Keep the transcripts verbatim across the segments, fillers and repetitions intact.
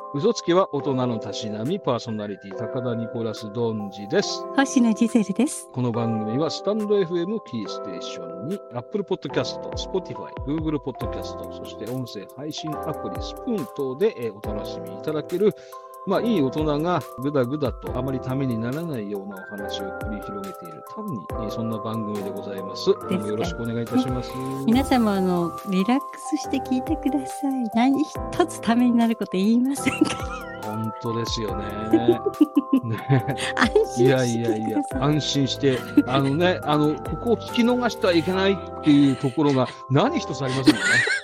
嘘つきは大人のたしなみ、パーソナリティ高田ニコラス・ドンジです。 星野ジゼルです。 この番組はスタンド エフエム キーステーションに Apple Podcast、Spotify、Google Podcast、そして音声配信アプリスプーン等でお楽しみいただける、まあいい大人がぐだぐだとあまりためにならないようなお話を繰り広げている単にそんな番組でございます。どうもよろしくお願いいたします。 皆様あのリラックスして聞いてください。何一つためになること言いませんか。 本当ですよね。ね安心していやいやいや、安心して、あのね、あの、ここを聞き逃してはいけないっていうところが何一つありませんよね。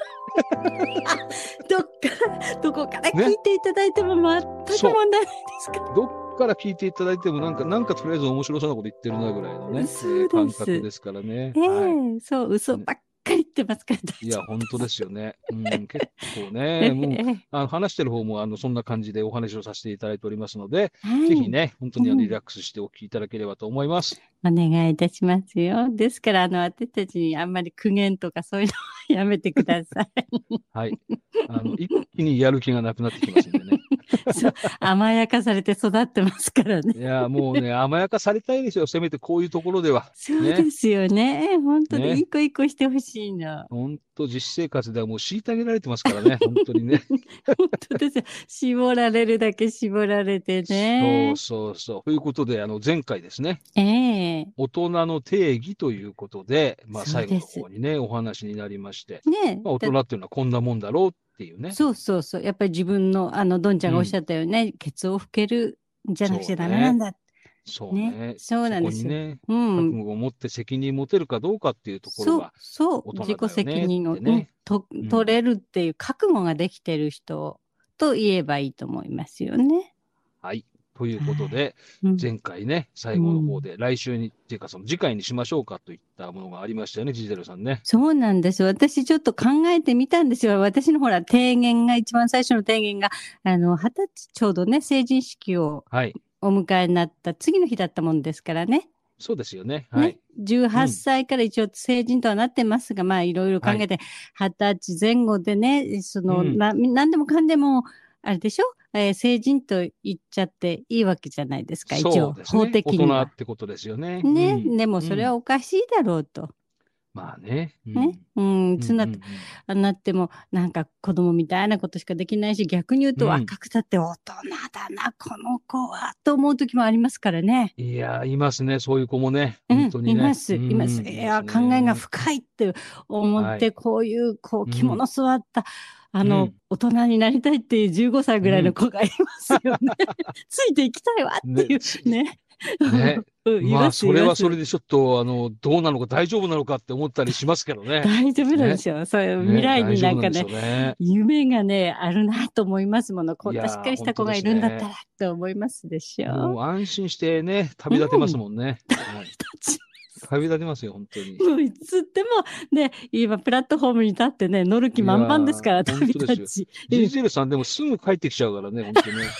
どっからどこから聞いていただいても全く問題ないですか、ね、 どっから聞いていただいてもなんかなんかとりあえず面白そうなこと言ってるなぐらいのね、 そうです、 感覚ですからね。 えーはい、 そう嘘ばっかり言ってますから。 いや本当ですよね。うん、結構ね、もうあの話してる方もあのそんな感じでお話をさせていただいておりますので、はい、ぜひね本当にあのリラックスしてお聞きいただければと思います。 うん、お願いいたしますよ。ですからあの私たちにあんまり苦言とかそういうのはやめてください。 はい。あの一気にやる気がなくなってきますんでね。 そう甘やかされて育ってますからね。 いやもうね甘やかされたいですよ。せめてこういうところでは。 そうですよね。本当にねいい子いい子してほしいの。 本当実生活ではもう虐げられてますからね。本当にね。 本当ですよ。絞られるだけ絞られてね。 そうそうそう。ということであの前回ですね。 ええ大人の定義ということで、まあ最後の方にねお話になりまして、 ね、 まあ、大人っていうのはこんなもんだろうっていうね。 そうそうそう。やっぱり自分のあのどんちゃんがおっしゃったようにね、うん、ケツを拭けるんじゃなくちゃダメなんだ。 そうね。 ね、そうなんですよ。 そこにね、 うん、 覚悟を持って責任持てるかどうかっていうところが、 そうそう、自己責任を、ね、と取れるっていう覚悟ができてる人と言えばいいと思いますよね。 はい。ということで、はい、前回ね、最後の方で、来週に、っていうか、その次回にしましょうかといったものがありましたよね、ジゼルさんね。 そうなんです。私ちょっと考えてみたんですよ。私のほら、提言が、一番最初の提言が、あの、二十歳ちょうどね、成人式をお迎えになった次の日だったもんですからね。 そうですよね。はい。 ね、じゅうはっさいから一応成人とはなってますが、うん、まあいろいろ考えて、二十歳前後でね、その、うん、な、なんでもかんでも、あれでしょ、えー、成人と言っちゃっていいわけじゃないですか、一応、ね、法的には。 大人ってことですよね。 ね、うん、でもそれはおかしいだろうと。 まあね。 うん、ね。うん、つな、なっても、なんか子供みたいなことしかできないし、逆に言うと若くたって大人だな、この子は、と思う時もありますからね。 いや、いますね、そういう子もね。本当にね。 います、います。いや、考えが深いって思って、こういう、こう、着物座った、あの、大人になりたいっていうじゅうごさいぐらいの子がいますよね。ついていきたいわっていうね。 ね。まあ、それはそれでちょっと、あの、どうなのか、大丈夫なのかって思ったりしますけどね。 大丈夫なんですよ。そういう未来になんかね、夢がね、あるなと思いますもの。こんなしっかりした子がいるんだったらと思いますでしょ。 もう安心してね、旅立てますもんね。旅立てますよ、本当に。 もういつっても、ね、今、プラットフォームに立ってね、乗る気満々ですから、旅立ち。 ジーゼルさんでもすぐ帰ってきちゃうからね、本当にね。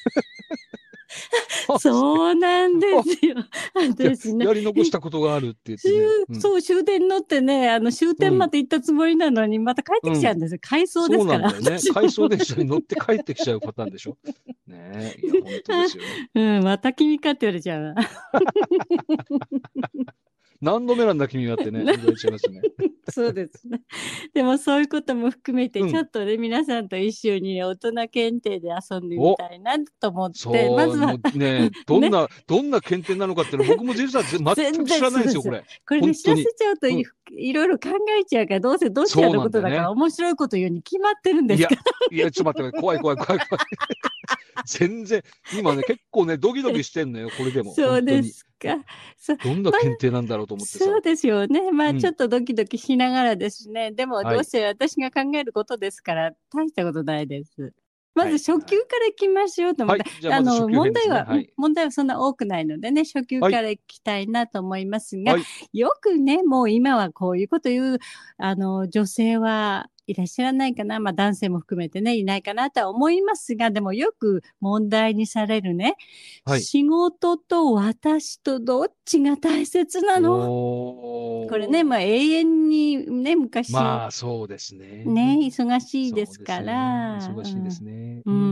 そうなんですよ。私ね。 やり残したことがあるって言って、ねうん、そう、終電に乗ってね、あの終点まで行ったつもりなのに、また帰ってきちゃうんですよ。回、うん、送ですから。 そうなんだよね。回送電車に乗って帰ってきちゃうパターンでしょ。ねえ、いや、本当ですよね。 うん、また君かって言われちゃうな。 何度目なんだ君はってね、言われちゃいますね。 そうですね。でもそういうことも含めて、ちょっとね、うん、皆さんと一緒にね、大人検定で遊んでみたいなと思って、まずは。 ね、どんな、ね、どんな検定なのかっていうの僕も実は全く知らないですよ、これ。 これね、知らせちゃうとい、いろいろ考えちゃうから、どうせどちらのことだから、面白いこと言うに決まってるんですから。 いや、いや、ちょっと待って、怖い怖い怖い怖い。全然、今ね、結構ね、ドキドキしてんのよ、これでも。 そうですか。 どんな検定なんだろうと思ってさ。 そうですよね。まあ、ちょっとドキドキしながらですね。うん、でも、どうせ私が考えることですから、大したことないです。まず初級からいきましょうと思って、あの、問題は、はい、問題はそんな多くないのでね、初級からいきたいなと思いますが、はい、よくね、もう今はこういうこと言う、あの、女性はいらっしゃらないかな、まあ男性も含めてね、いないかなとは思いますが、でもよく問題にされるね、はい、仕事と私とどっちが大切なの？これね、まあ永遠にね、昔。 まあそうですね。 ね、忙しいですから。 ね、忙しいですね。 うん。うん、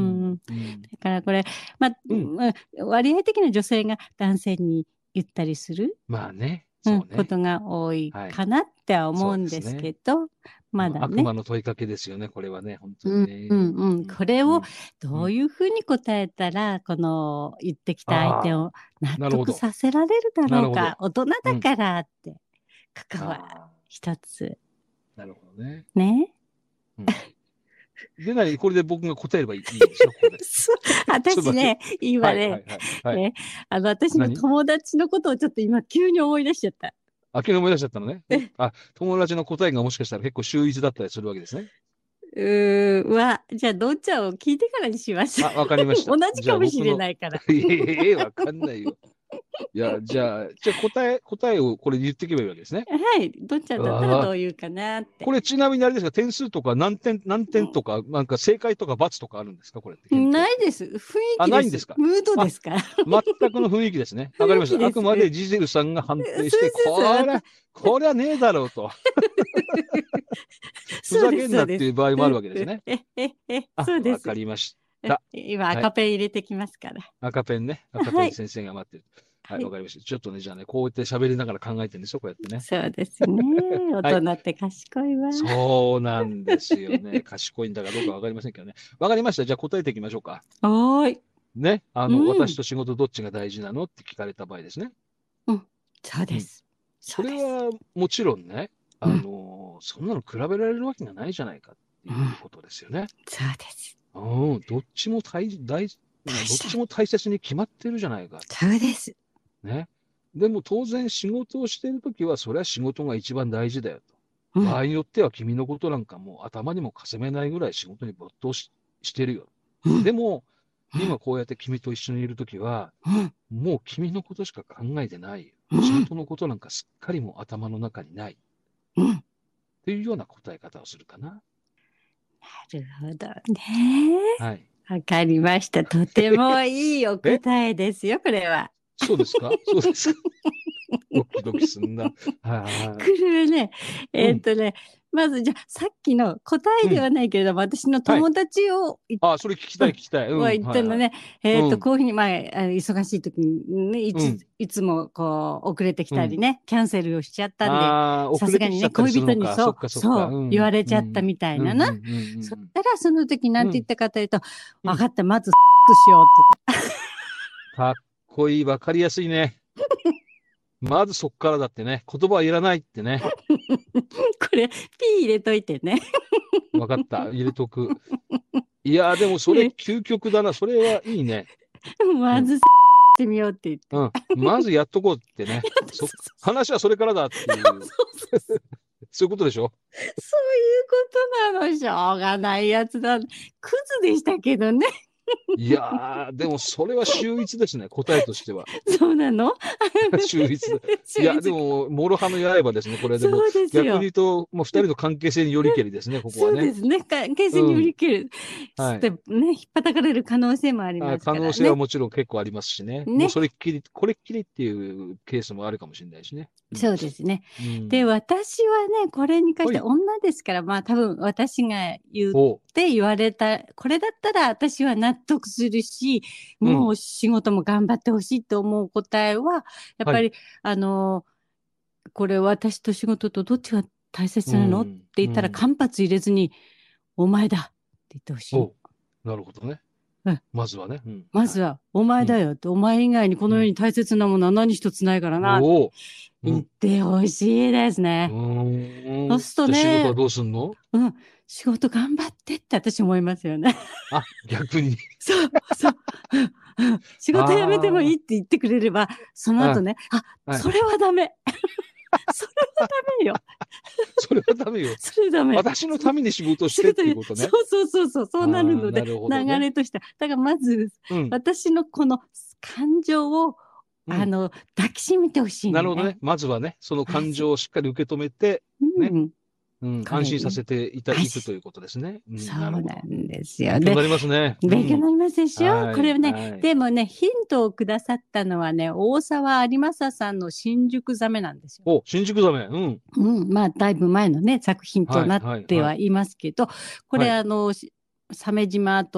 うん、だからこれ、まあ、うん、割合的な女性が男性に言ったりする、 まあね、そうね、 うん、ことが多いかなっては思うんですけど、はい、まだね。 悪魔の問いかけですよね、これはね、本当にね。 うんうんうん、これをどういうふうに答えたら、うん、この言ってきた相手を納得させられるだろうか、大人だからって、ここは一つ。 なるほどね。 ね。 うんでないこれで僕が答えればいいんですよ、ここで。 私ね、今ね、あの、私の友達のことをちょっと今急に思い出しちゃった。 あ、急に思い出しちゃったのね。あ、友達の答えがもしかしたら結構秀逸だったりするわけですね。 うーわ、じゃあ、どっちゃんを聞いてからにしましょう。 あ、わかりました。 同じかもしれないから。 ええ、わかんないよ。いや、じゃあ、じゃあ答え、答えをこれで言っていけばいいわけですね。 はい。どっちゃんだったらどういうかなって。 これちなみにあれですか、点数とか何点、何点とか、なんか正解とか×とかあるんですか、これって。 ないです。雰囲気です。 あ、ないんですか。 ムードですから。 全くの雰囲気ですね。わかりました。あくまでジゼルさんが判定して、これは、これはねえだろうと。ふざけんなっていう場合もあるわけですね。 え、え、え、そうです。 わかりました。 今、赤ペン入れてきますから。 赤ペンね。赤ペン先生が待ってる。はい、わかりました。ちょっとね、じゃあね、こうやって喋りながら考えてるんですよ、こうやってね。 そうですね。大人って賢いわ。 そうなんですよね。賢いんだかどうかわかりませんけどね。わかりました。じゃあ答えていきましょうか。 はい。 ね。あの、私と仕事どっちが大事なのって聞かれた場合ですね。 うん。そうです。 それはもちろんね、あの、そんなの比べられるわけがないじゃないかっていうことですよね。 そうです。 うん。どっちも大、大、どっちも大切に決まってるじゃないか。 そうです。 ね。でも当然仕事をしているときは、それは仕事が一番大事だよと。場合によっては君のことなんかもう頭にもかせめないぐらい仕事に没頭 し, してるよ。でも、今こうやって君と一緒にいるときは、もう君のことしか考えてないよ。仕事のことなんかすっかりも頭の中にない。っていうような答え方をするかな。なるほどね。 はい。 わかりました。とてもいいお答えですよ、これは。 そうですかそうですかドキドキすんな。はい。これはね、えー、っとね、うん、まずじゃあさっきの答えではないけれども、うん、私の友達を、 はい、あ、それ聞きたい聞きたい。 うん、は言ったのね、はいはい、えー、っと、こういうふうに、まあ、忙しい時にね、いつ、うん、いつもこう、遅れてきたりね、キャンセルをしちゃったんで、さすがにね、恋人にそう、そう、言われちゃったみたいなな。そしたら、その時なんて言ったかというと、分かった、まず、しようって言った。 かっこいい、わかりやすいね。まずそっからだってね、言葉はいらないってね。 これ、ピー入れといてね。 わかった、入れとく。いや、でもそれ究極だな、それはいいね。 まず、ってみようって言って。 うん、まずやっとこうってね。話はそれからだっていう。そういうことでしょ。 そういうことなの、しょうがないやつだ。クズでしたけどね。 いやー、でもそれは秀逸ですね、答えとしては。 そうなの秀逸。いや、でも、諸刃の刃ですね、これでも。逆に言うと、もう二人の関係性によりけりですね、ここはね。 そうですね、関係性によりけり。うん、はい。ね、引っ叩かれる可能性もありますからね。 可能性はもちろん結構ありますしね。ね、もうそれっきり、これっきりっていうケースもあるかもしれないしね。 うん、そうですね。うん、で、私はね、これに関して女ですから、まあ多分私が言って言われた、これだったら私は納得するし、もう仕事も頑張ってほしいと思う答えは、やっぱり、はい、あの、これ私と仕事とどっちが大切なの、うん、って言ったら間髪入れずに、お前だって言ってほしい。 なるほどね。 うん、 まずはね。うん、 まずは、お前だよって、うん、お前以外にこの世に大切なものは何一つないからな、って言ってほしいですね。 うん、 そうするとね。 仕事はどうすんの？ うん。仕事頑張ってって私思いますよね。 あ、逆に。 そう、そう。仕事辞めてもいいって言ってくれれば、その後ね、あ、はい、それはダメ。それはダメよ。 それはダメよ。 それダメ。 私のために仕事をしてっていうことね。 そうそうそうそう、そうなるので、ね、流れとしては。だからまず、うん、私のこの感情を、うん、あの、抱きしめてほしい、ね。 なるほどね。まずはね、その感情をしっかり受け止めて、ね。うんうん、安心させていただくということですね。 うん、そうなんですよ。 勉強になりますね。 勉強になりますでしょ、うん、これね、はい、でもね、ヒントをくださったのはね、大沢有正さんの新宿ザメなんですよ。 お、新宿ザメ。うん。 うん、まあ、だいぶ前のね、作品となってはいますけど、はいはいはい、これ、はい、あの、鮫島と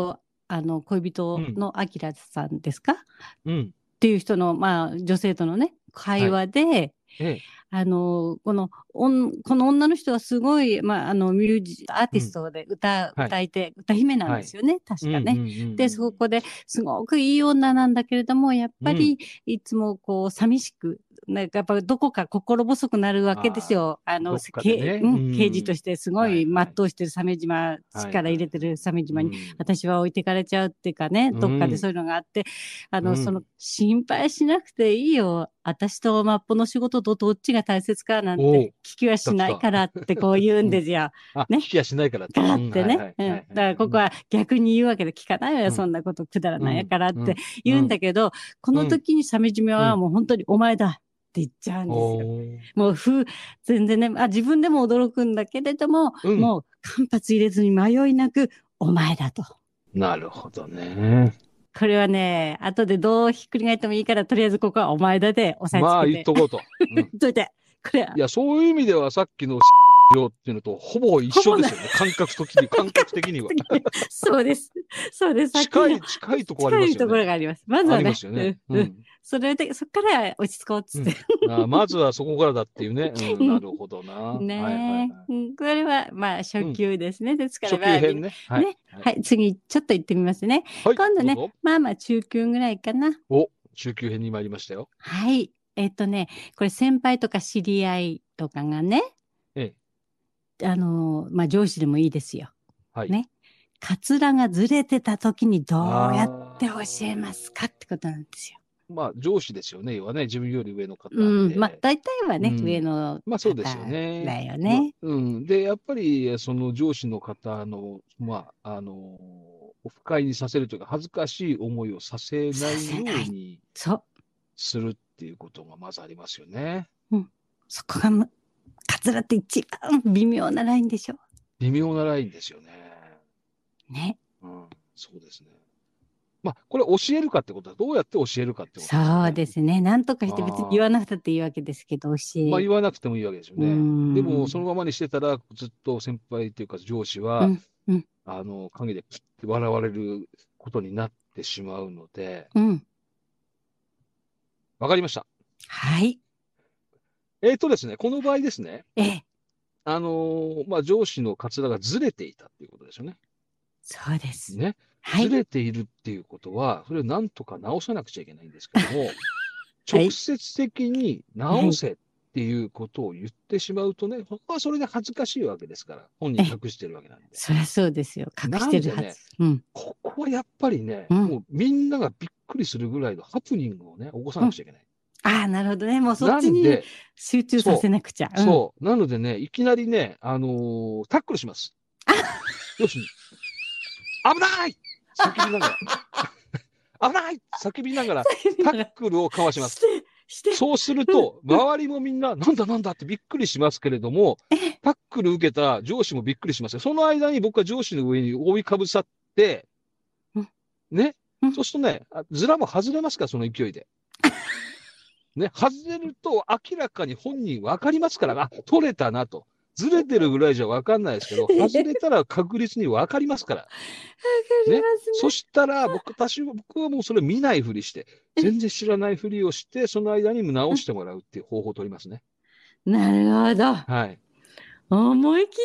あの恋人のアキラさんですか、 うん、 っていう人の、まあ、女性とのね会話で、はい、ええ、あのこのこの女の人はすごい、まあ、あのミュージアーティストで歌、うん、歌い手、はい、歌姫なんですよね、はい、確かね。うんうんうんうん、でそこですごくいい女なんだけれどもやっぱりいつもこう寂しく、なんかやっぱどこか心細くなるわけですよ。あの、ね、うん、刑事としてすごい全うしてる鮫島、力入れてる鮫島に、はいはい、私は置いてかれちゃうっていうかね、どっかでそういうのがあって、あの、うん、その心配しなくていいよ。私とマッポの仕事とどっちが大切かなんて聞きはしないからってこう言うんですよ。 うん、ね。聞きはしないからって。 からってね。だからここは逆に言うわけで聞かないわよ、うん、そんなことくだらないやからって言うんだけど、うん、この時に鮫島はもう本当にお前だ。って言っちゃうんですよ。もうふ全然ね、あ、自分でも驚くんだけれども、うん、もう間髪入れずに迷いなくお前だと。 なるほどね。 これはね、後でどうひっくり返ってもいいから、とりあえずここはお前だで押さえつけて。 まあ言っとこうと。 うん、言っといて。これいや、そういう意味ではさっきの量っていうのとほぼ一緒ですよね。感覚的に、感覚的には。 そうです。そうです。 近い、近いところありますよね。 近いところがあります。まずはね。 ありますよね。うん。 それで、そっから落ち着こうっつって。 うん、あまずはそこからだっていうね。うん、なるほどな。 ねえ、 はいはいはい、 これは、まあ、初級ですね。うん、ですから、 初級編ね。 はい。ね、はい。次、ちょっと行ってみますね。はい、今度ね、まあまあ、中級ぐらいかな。 お、中級編に参りましたよ。 はい。えっとね、これ先輩とか知り合いとかがね、ええ、あの、まあ、上司でもいいですよ。はい。ね。カツラがずれてた時にどうやって教えますかってことなんですよ。 まあ、上司ですよね。要はね、自分より上の方で。 うん。まあ、大体はね、 うん、 上の方まあ、そうですよね。 だよね。 まあ、うん。で、やっぱり、その上司の方の、まあ、あの、オフ会にさせるというか、恥ずかしい思いをさせないようにするっていうことがまずありますよね。 うん。そこが、カツラって一番微妙なラインでしょ。 微妙なラインですよね。 ね。 うん、そうですね。まあ、これ教えるかってことは、どうやって教えるかってことですね。 そうですね。なんとかして別に言わなくたっていいわけですけど、教え。 まあ、言わなくてもいいわけですよね。でも、そのままにしてたら、ずっと先輩というか上司は、うんうん、あの、陰でプッて笑われることになってしまうので、わ、うん、かりました。 はい。 えっとですね、この場合ですね、 ええ。 あのー、まあ、上司のカツラがずれていたっていうことですよね。 そうです。 ね。はい、ずれているっていうことは、それをなんとか直さなくちゃいけないんですけども、はい、直接的に直せっていうことを言ってしまうとね、ここはそれで恥ずかしいわけですから、本人隠してるわけなんで。 そりゃそうですよ。隠してるはず。ね、 うん、ここはやっぱりね、うん、もうみんながびっくりするぐらいのハプニングをね、起こさなくちゃいけない。 うん、ああ、なるほどね。もうそっちに集中させなくちゃ。 そう。うん、そうなのでね、いきなりね、あのー、タックルします。よし。危ない叫びながら。危ない叫びながら、タックルをかわします。そうすると、周りもみんな、なんだなんだってびっくりしますけれども、タックル受けた上司もびっくりしますよ。その間に僕は上司の上に覆いかぶさって、ね、そうするとね、ズラも外れますから、その勢いで。ね、外れると明らかに本人分かりますから、あ、取れたなと。ずれてるぐらいじゃ分かんないですけど、外れたら確実に分かりますから。 分かりますね。 そしたら僕、私は、僕はもうそれ見ないふりして、全然知らないふりをして、その間に直してもらうっていう方法を取りますね。 なるほど。 はい。 思い切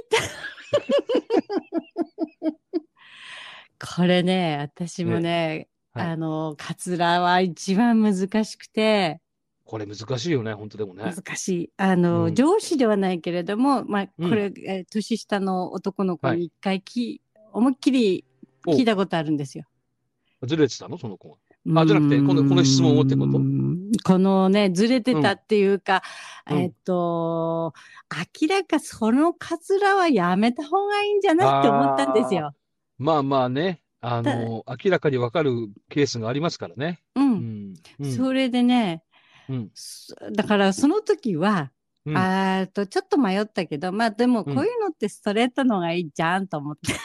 った。これね、私もね、はい、あの、カツラは一番難しくて、 これ難しいよね、本当でもね。 難しい。あの、うん、上司ではないけれども、まあ、これ、うん、えー、年下の男の子に一回き、はい、思いっきり聞いたことあるんですよ。 ずれてたのその子は。あ、じゃなくて、この、この質問をってこと？ このね、ずれてたっていうか、うん、えっと、明らかそのカツラはやめた方がいいんじゃないって思ったんですよ。 まあまあね。あの、明らかにわかるケースがありますからね。 うん。うん、それでね、うん、だからその時は、うん、あとちょっと迷ったけど、まあでもこういうのってストレートのがいいじゃんと思って。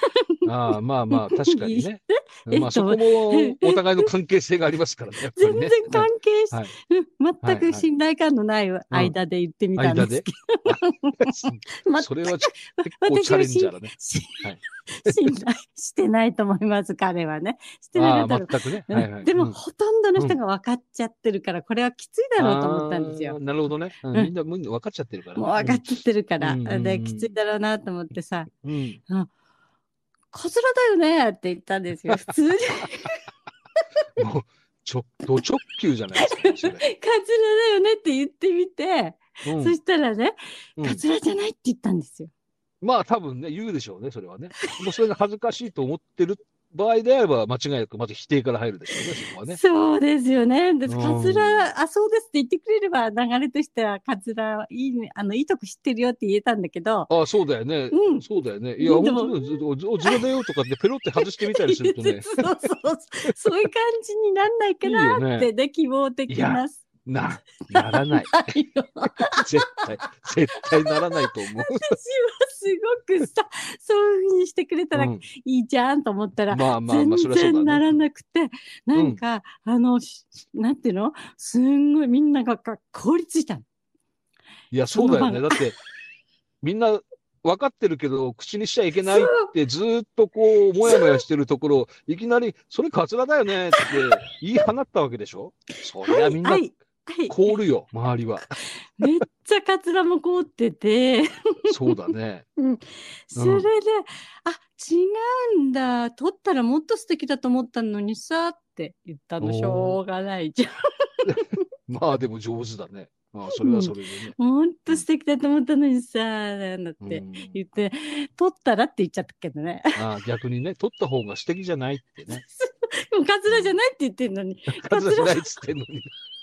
ああ、まあまあ、確かにね。まあ、そこもお互いの関係性がありますからね、やっぱりね。 全然関係し、 はい、 全く信頼感のない間で言ってみたんですけど。それは結構チャレンジャーだね。 信頼してないと思います、彼はね。してなかった全くね。 はいはい、でも、うん、ほとんどの人が分かっちゃってるから、これはきついだろうと思ったんですよ。 なるほどね。うん、みんな分かっちゃってるから、ね。 もう分かっちゃってるから。うん、で、きついだろうなと思ってさ、うん、カツラだよねって言ったんですよ、普通に。 もう、ちょ、ド直球じゃないですか、ね、それ。カツラだよねって言ってみて、うん、そしたらね、カツラじゃないって言ったんですよ。 まあ多分ね、言うでしょうね、それはね。もうそれが恥ずかしいと思ってる場合であれば、間違いなくまず否定から入るでしょうね、そこはね。 そうですよね。で、カツラ、あ、そうですって言ってくれれば、流れとしては、カツラ、いいね、あの、いいとこ知ってるよって言えたんだけど。 あ、そうだよね。うん。そうだよね。いや、本当にずらだよとかってペロって外してみたりするとね。 そうそう、そういう感じになんないかなってね、希望的な。 な、ならない。絶対、絶対ならないと思う。私はすごくさ、そういうふうにしてくれたらいいじゃんと思ったら、まあまあまあ、全然ならなくて、なんか、あの、なんていうのすんごいみんなが凍りついたの。 いや、そうだよね。だって、みんな、分かってるけど、口にしちゃいけないってずっとこう、もやもやしてるところ、いきなり、それカツラだよねって言い放ったわけでしょ。そりゃみんな、凍るよ、周りは。 めっちゃカツラも凍ってて。 そうだね。 うん、それで、うん、あ、違うんだ。撮ったらもっと素敵だと思ったのにさって言ったの、しょうがないじゃん。 まあでも上手だね。ああ、それはそれでね。 ほんと素敵だと思ったのにさ、なんだって言って、撮ったらって言っちゃったけどね。 ああ、逆にね、撮った方が素敵じゃないってね。 でもカツラじゃないって言ってんのに。 カツラじゃないっつってんのに。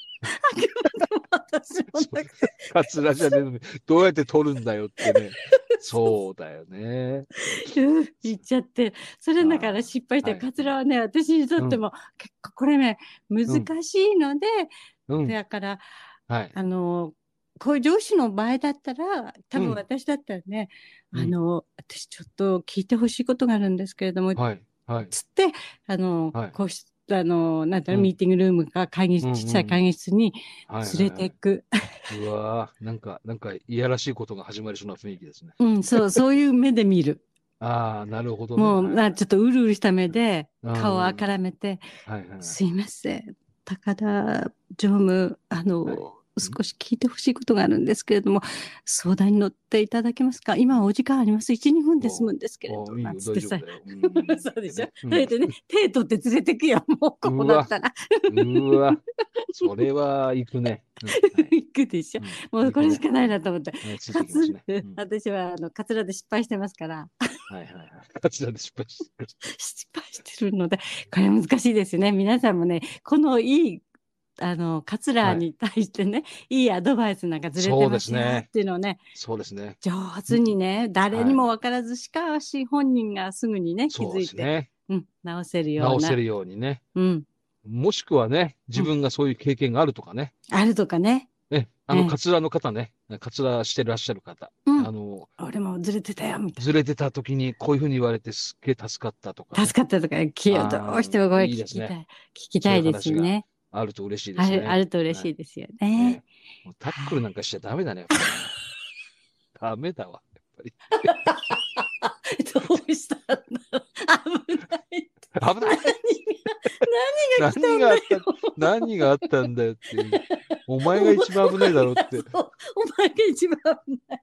カツラじゃねえのに、どうやって撮るんだよってね。そうだよね。 言っちゃって、それだから失敗して、カツラはね、私にとっても結構これね、難しいので、だから、あの、こういう上司の場合だったら、多分私だったらね、あの、私ちょっと聞いてほしいことがあるんですけれども、つって、あの、こうしあの、なんていうの、ミーティングルームか会議室、小さい会議室に連れていく。 うわぁ、なんか、なんか、いやらしいことが始まりそうな雰囲気ですね。 うん、そう、そういう目で見る。 ああ、なるほどね。 もう、なちょっとうるうるした目で、顔をあからめて、すいません、高田常務、あの、少し聞いてほしいことがあるんですけれども、相談に乗っていただけますか？今お時間あります。いち、にふんで済むんですけれども。なんつってさ。そうでしょ。それでね、手取って連れてくよ。もうここだったら。 うわ、それは行くね。 行くでしょ。もうこれしかないなと思って。かつ、私はあのカツラで失敗してますから。 はいはいはい。カツラで失敗してる。 失敗してるので、これ難しいですよね。皆さんもね、このいいあの、カツラに対してね、はい、いいアドバイスなんかずれてますよっていうのをね、 そうですね。 上手にね、誰にも分からずしかし本人がすぐにね、気づいて、ね、うん、直せるような。 直せるようにね。 うん。 もしくはね、自分がそういう経験があるとかね。 うん、あるとかね。 え、あの、カツラの方ね、カツラしてらっしゃる方。 うん、あの、俺もずれてたよ、みたいな。 ずれてた時にこういうふうに言われてすっげえ助かったとか、ね。 助かったとか、どうしてもこれ聞きたい。いいね、聞きたいですね。 あると嬉しいですね。 ある、あると嬉しいですよね。はいね、 もうタックルなんかしちゃダメだね。やっぱりダメだわ、やっぱり。 どうしたんだろう。危ない。 危ない。 何が何が来たんだよ。 何があったんだよっていう。お前が一番危ないだろうって。 お前が一番危ない。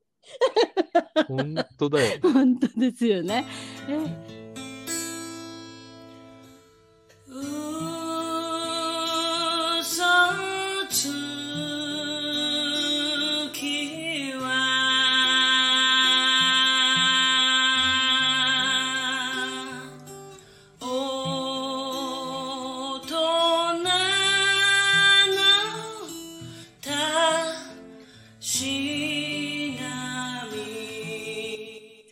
本当だよ、ね。 本当ですよね。え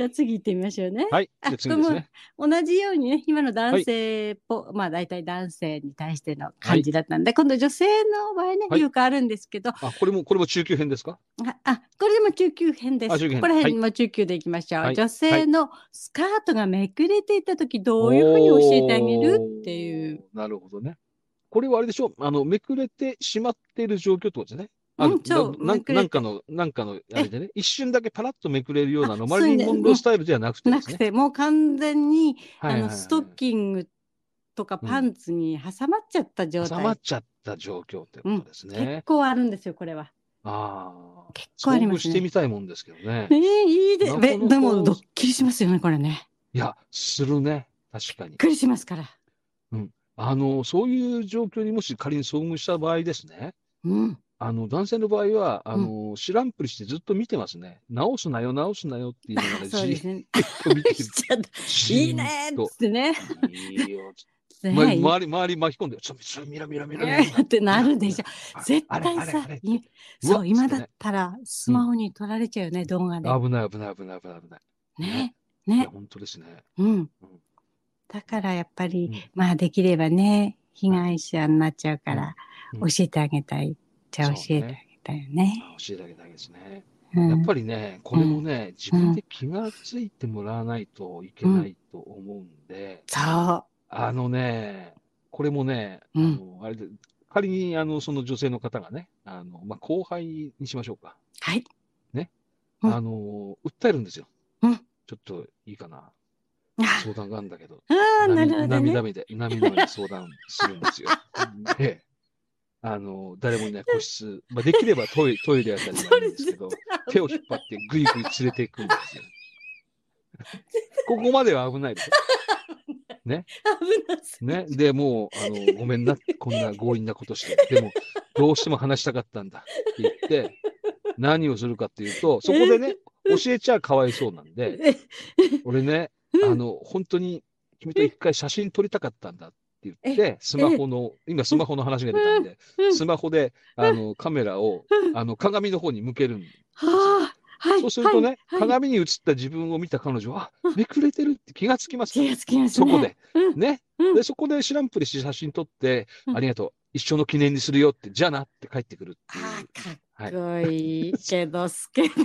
じゃあ次行ってみましょうね。 はい。じゃあ次ですね。 同じようにね、今の男性っぽ、はい、まあ大体男性に対しての感じだったんで、はい、今度女性の場合ね、はい、よくあるんですけど。 あ、これも、これも中級編ですか？ あ、あ、これでも中級編です。ここら辺も中級でいきましょう。はい、女性のスカートがめくれていたとき、どういうふうに教えてあげるっていう。 なるほどね。これはあれでしょ、あの、めくれてしまっている状況ってことですね。ある、うん、そうななんかの、なんかの、あれでね、一瞬だけパラッとめくれるようなの、マリリン・モンロースタイルではなくてですね。 なくて、もう完全に、あの、ストッキングとかパンツに挟まっちゃった状態。 挟まっちゃった状況ってことですね。 うん、結構あるんですよ、これは。 ああ。 結構ありますね。 してみたいもんですけどね。 ええ、いいで、でも、ドッキリしますよね、これね。 いや、するね。確かに。びっくりしますから。 うん。あの、そういう状況にもし仮に遭遇した場合ですね。 うん。 あの、男性の場合は、あの、うん、知らんぷりしてずっと見てますね。直すなよ、直すなよって言いながら、 そうですね。 見てる。 いいねーっつってね。 いいよ。ま、周り、周り巻き込んで、ちょっと見ろ見ろ見ろ見ろってなるでしょ。絶対さ、そう、今だったらスマホに撮られちゃうよね、動画で。 危ない危ない危ない危ない危ない。 ね。ね。 本当ですね。 うん。だからやっぱり、まあできればね、被害者になっちゃうから、教えてあげたい。じゃあ教えてあげたいよね。 教えてあげたいですね。やっぱりね、これもね、自分で気がついてもらわないといけないと思うんで。 そう。 あのね、これもね、あの、あれで、仮に、あの、その女性の方がね、あの、まあ、後輩にしましょうか。 はい。 ね。あの、訴えるんですよ。 うん。 ちょっといいかな。相談があるんだけど。 ああ、なるほどね。 涙目で、涙目で相談するんですよ。で、あの、誰もいない個室、まあ、できればトイレ、トイレあたりがいいんですけど、手を引っ張ってぐいぐい連れていくんですよ。ここまでは危ないですよ。ね。ね。で、もう、あの、ごめんな、こんな強引なことして。でも、どうしても話したかったんだって言って、何をするかっていうと、そこでね、教えちゃかわいそうなんで、俺ね、あの、本当に君と一回写真撮りたかったんだって言って、スマホの、今スマホの話が出たんで、スマホで、あの、カメラを、あの、鏡の方に向けるんですよ。そうするとね、鏡に映った自分を見た彼女は、めくれてるって気がつきます。 気がつきます。 そこで。ね。で、そこで知らんぷりして写真撮って、ありがとう。一生の記念にするよって、じゃあなって帰ってくるっていう。 かっこいいけど、スケベで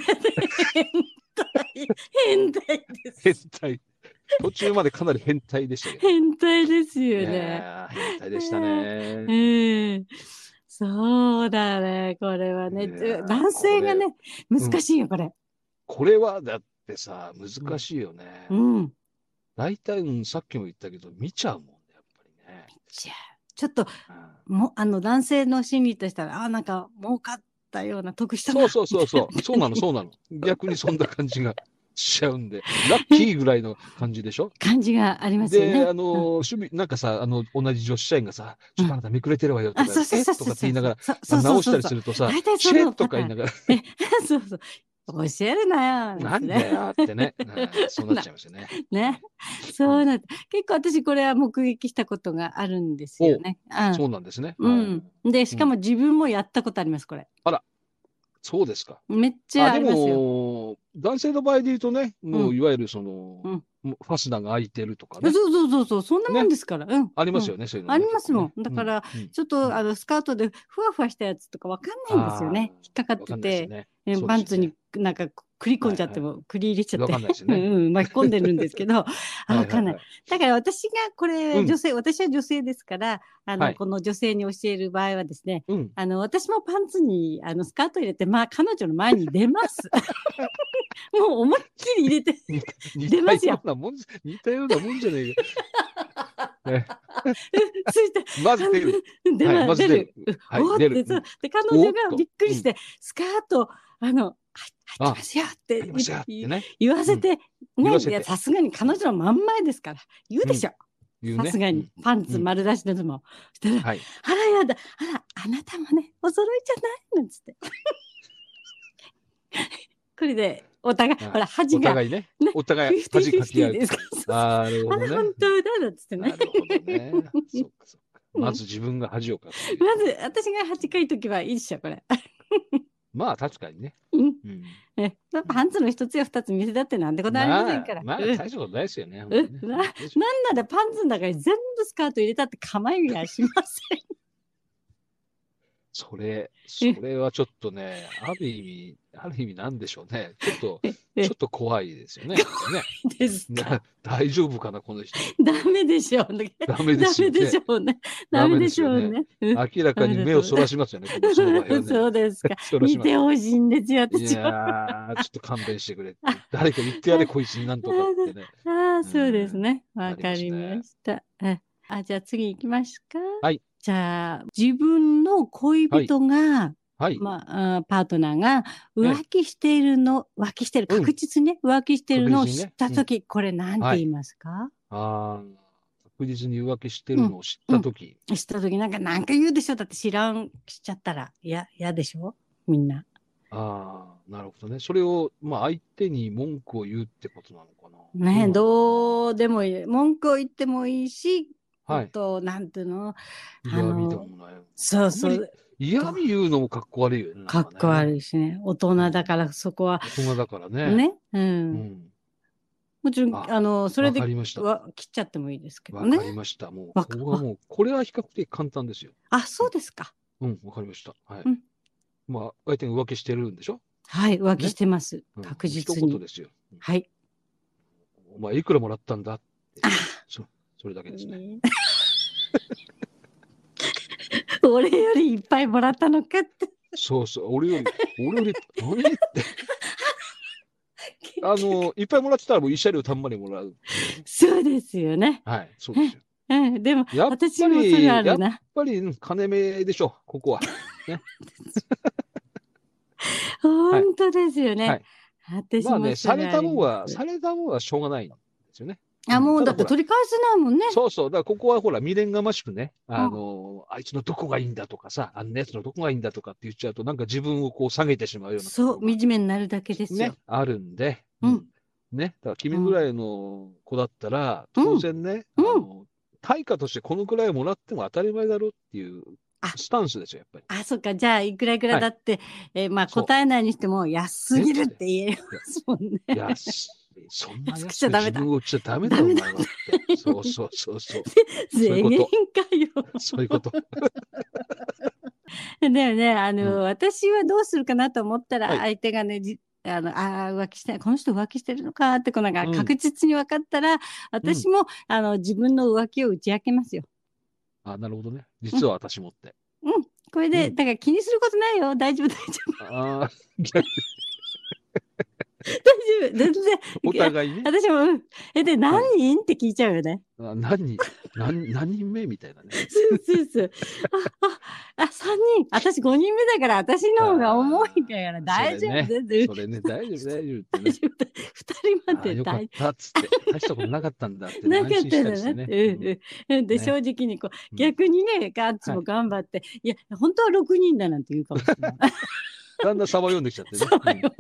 変態。変態です。 変態。途中までかなり変態でしたけど。 変態ですよね。 変態でしたね。 ええ。そうだね、これはね。男性がね、難しいよ、これ。 これはだってさ、難しいよね。 うん。 大体、うん、さっきも言ったけど、見ちゃうもんね、やっぱりね。 見ちゃう。ちょっと、もあの、男性の心理としたら、あ、なんか、儲かったような、得したな。 そうそうそうそう。そうなの、そうなの。逆にそんな感じがしちゃうんで、ラッキーぐらいの感じでしょ？ 感じがありますよね。 で、あの、趣味、なんかさ、あの、同じ女子社員がさ、ちょっとあなためくれてるわよとか、えとかって言いながら、直したりするとさ、チェッとか言いながら。 そうそう。教えるなよ。 なんだよってね。そうなっちゃいますよね。 ね。そうなって。結構私これは目撃したことがあるんですよね。 そうなんですね。 うん。で、しかも自分もやったことあります、これ。 あら。そうですか。 めっちゃありますよ。 でも、男性の場合で言うとね、もういわゆるその、ファスナーが開いてるとかね。 そうそうそうそう、そんなもんですから。うん。 ありますよね、そういうの。 ありますもん。だから、ちょっと、あの、スカートでふわふわしたやつとかわかんないんですよね。引っかかってて、パンツになんか、くり込んじゃっても、くり入れちゃって、うん、巻き込んでるんですけど、あ、わかんない。だから私がこれ、女性、私は女性ですから、あの、この女性に教える場合はですね、あの、私もパンツに、あの、スカート入れて、まあ、彼女の前に出ます。もう思いっきり入れて、出ますよ。 似たようなもんじゃないか。 まず出る。まず出る。出る。で、彼女がびっくりして、スカート、あの、入ってますよって言わせて、さすがに彼女の真ん前ですから、言うでしょ。さすがに、パンツ丸出しのズボン。そしたら、あらやだ、あら、あなたもね、お揃いじゃないのつって。これで、お互い、ほら、恥が。 お互いね。お互い、恥かき合う。 ああ、なるほどね。本当だ、だっつってね。 なるほどね。そっかそっか。まず自分が恥をかく。 まず、私が恥かいときはいいでしょ、これ。 まあ確かにね。 うん。うん、えパンツの一つや二つ見せだってなんてことありませんから。 まあ、まあ、大したことないですよね。 ねな, なんならパンツの中に全部スカート入れたって構いやしません。 それ、それはちょっとね、ある意味、ある意味なんでしょうね。ちょっと、ちょっと怖いですよね。 怖いですか。 大丈夫かな、この人。 ダメでしょうね。 ダメですよね。 ダメでしょうね。ダメでしょうね。 明らかに目をそらしますよね、その場合はね。 そうですか。見てほしいんですよ、私は。いやー、ちょっと勘弁してくれって。誰か言ってやれ、こいつになんとかってね。 ああ、そうですね。わかりました。あ、じゃあ次行きますか。 はい。 じゃあ、自分の恋人が、 はい、 まあ、パートナーが浮気しているの、浮気してる、確実に、ね、浮気しているのを知ったとき、うん、これなんて言いますか？はい、 ああ、確実に浮気してるのを知ったとき、うんうん。知ったとき、なんか、なんか言うでしょ？だって知らんしちゃったら、いや、嫌でしょ？みんな。 ああ、なるほどね。それを、まあ、相手に文句を言うってことなのかな。ね、どうでもいい。文句を言ってもいいし、 はい。 と、なんていうの？ 嫌味でもない。 そうそう。 嫌味言うのもかっこ悪いよね。 かっこ悪いしね。大人だから、そこは。 大人だからね。 ね。うん。もちろん、あの、それで切っちゃってもいいですけどね。 わかりました。もう、ここはもう、これは比較的簡単ですよ。 あ、そうですか。 うん、わかりました。はい。まあ、相手が浮気してるんでしょ？ はい、浮気してます。確実に。 一言ですよ。 はい。 お前いくらもらったんだって。それだけですね。 俺よりいっぱいもらったのかって。 そうそう、俺より、俺より、何って。あの、いっぱいもらってたらもう慰謝料たんまりもらう。 そうですよね。 はい、そうですよ。 うん、でも、私もそれあるな。 やっぱり、金目でしょ、ここは。ね。 本当ですよね。 はい。 私もまあね、された方が、された方がしょうがないんですよね。 あ、もうだって取り返せないもんね。 そうそう。だからここはほら、未練がましくね、あの、あいつのどこがいいんだとかさ、あのやつのどこがいいんだとかって言っちゃうと、なんか自分をこう下げてしまうような。 そう、惨めになるだけですよ。 ね、あるんで。うん。ね。だから君ぐらいの子だったら、当然ね、あの、対価としてこのくらいもらっても当たり前だろうっていうスタンスですよ、やっぱり。 あ、そっか。じゃあ、いくらいくらだって、え、まあ答えないにしても、安すぎるって言えますもんね。 安そんな安く自分を売っちゃダメだ、お前はって。そうそうそうそう。 税源かよ。 そういうこと。 でもね、あの、私はどうするかなと思ったら、相手がね、あの、あ浮気して、この人浮気してるのかってこのが確実に分かったら、私も、あの、自分の浮気を打ち明けますよ。 あ、なるほどね。実は私もって。 うん。これで、だから気にすることないよ。大丈夫、大丈夫。 ああ、逆大丈夫、全然。 お互いね。 私も、うん。え、で、何人って聞いちゃうよね。 あ、何人、何、何人目みたいなね。 そうそうそう。あ、あ、あ、さんにん。私ごにんめだから、私の方が重いから、大丈夫、全然。 それね、大丈夫、大丈夫。 大丈夫。二人までよかったっつって、大したことなかったんだって。 なかったんだね。うんうん。で、正直にこう、逆にね、ガッツも頑張って、いや、本当はろくにんだなんて言うかもしれない。 だんだん差は読んできちゃってね。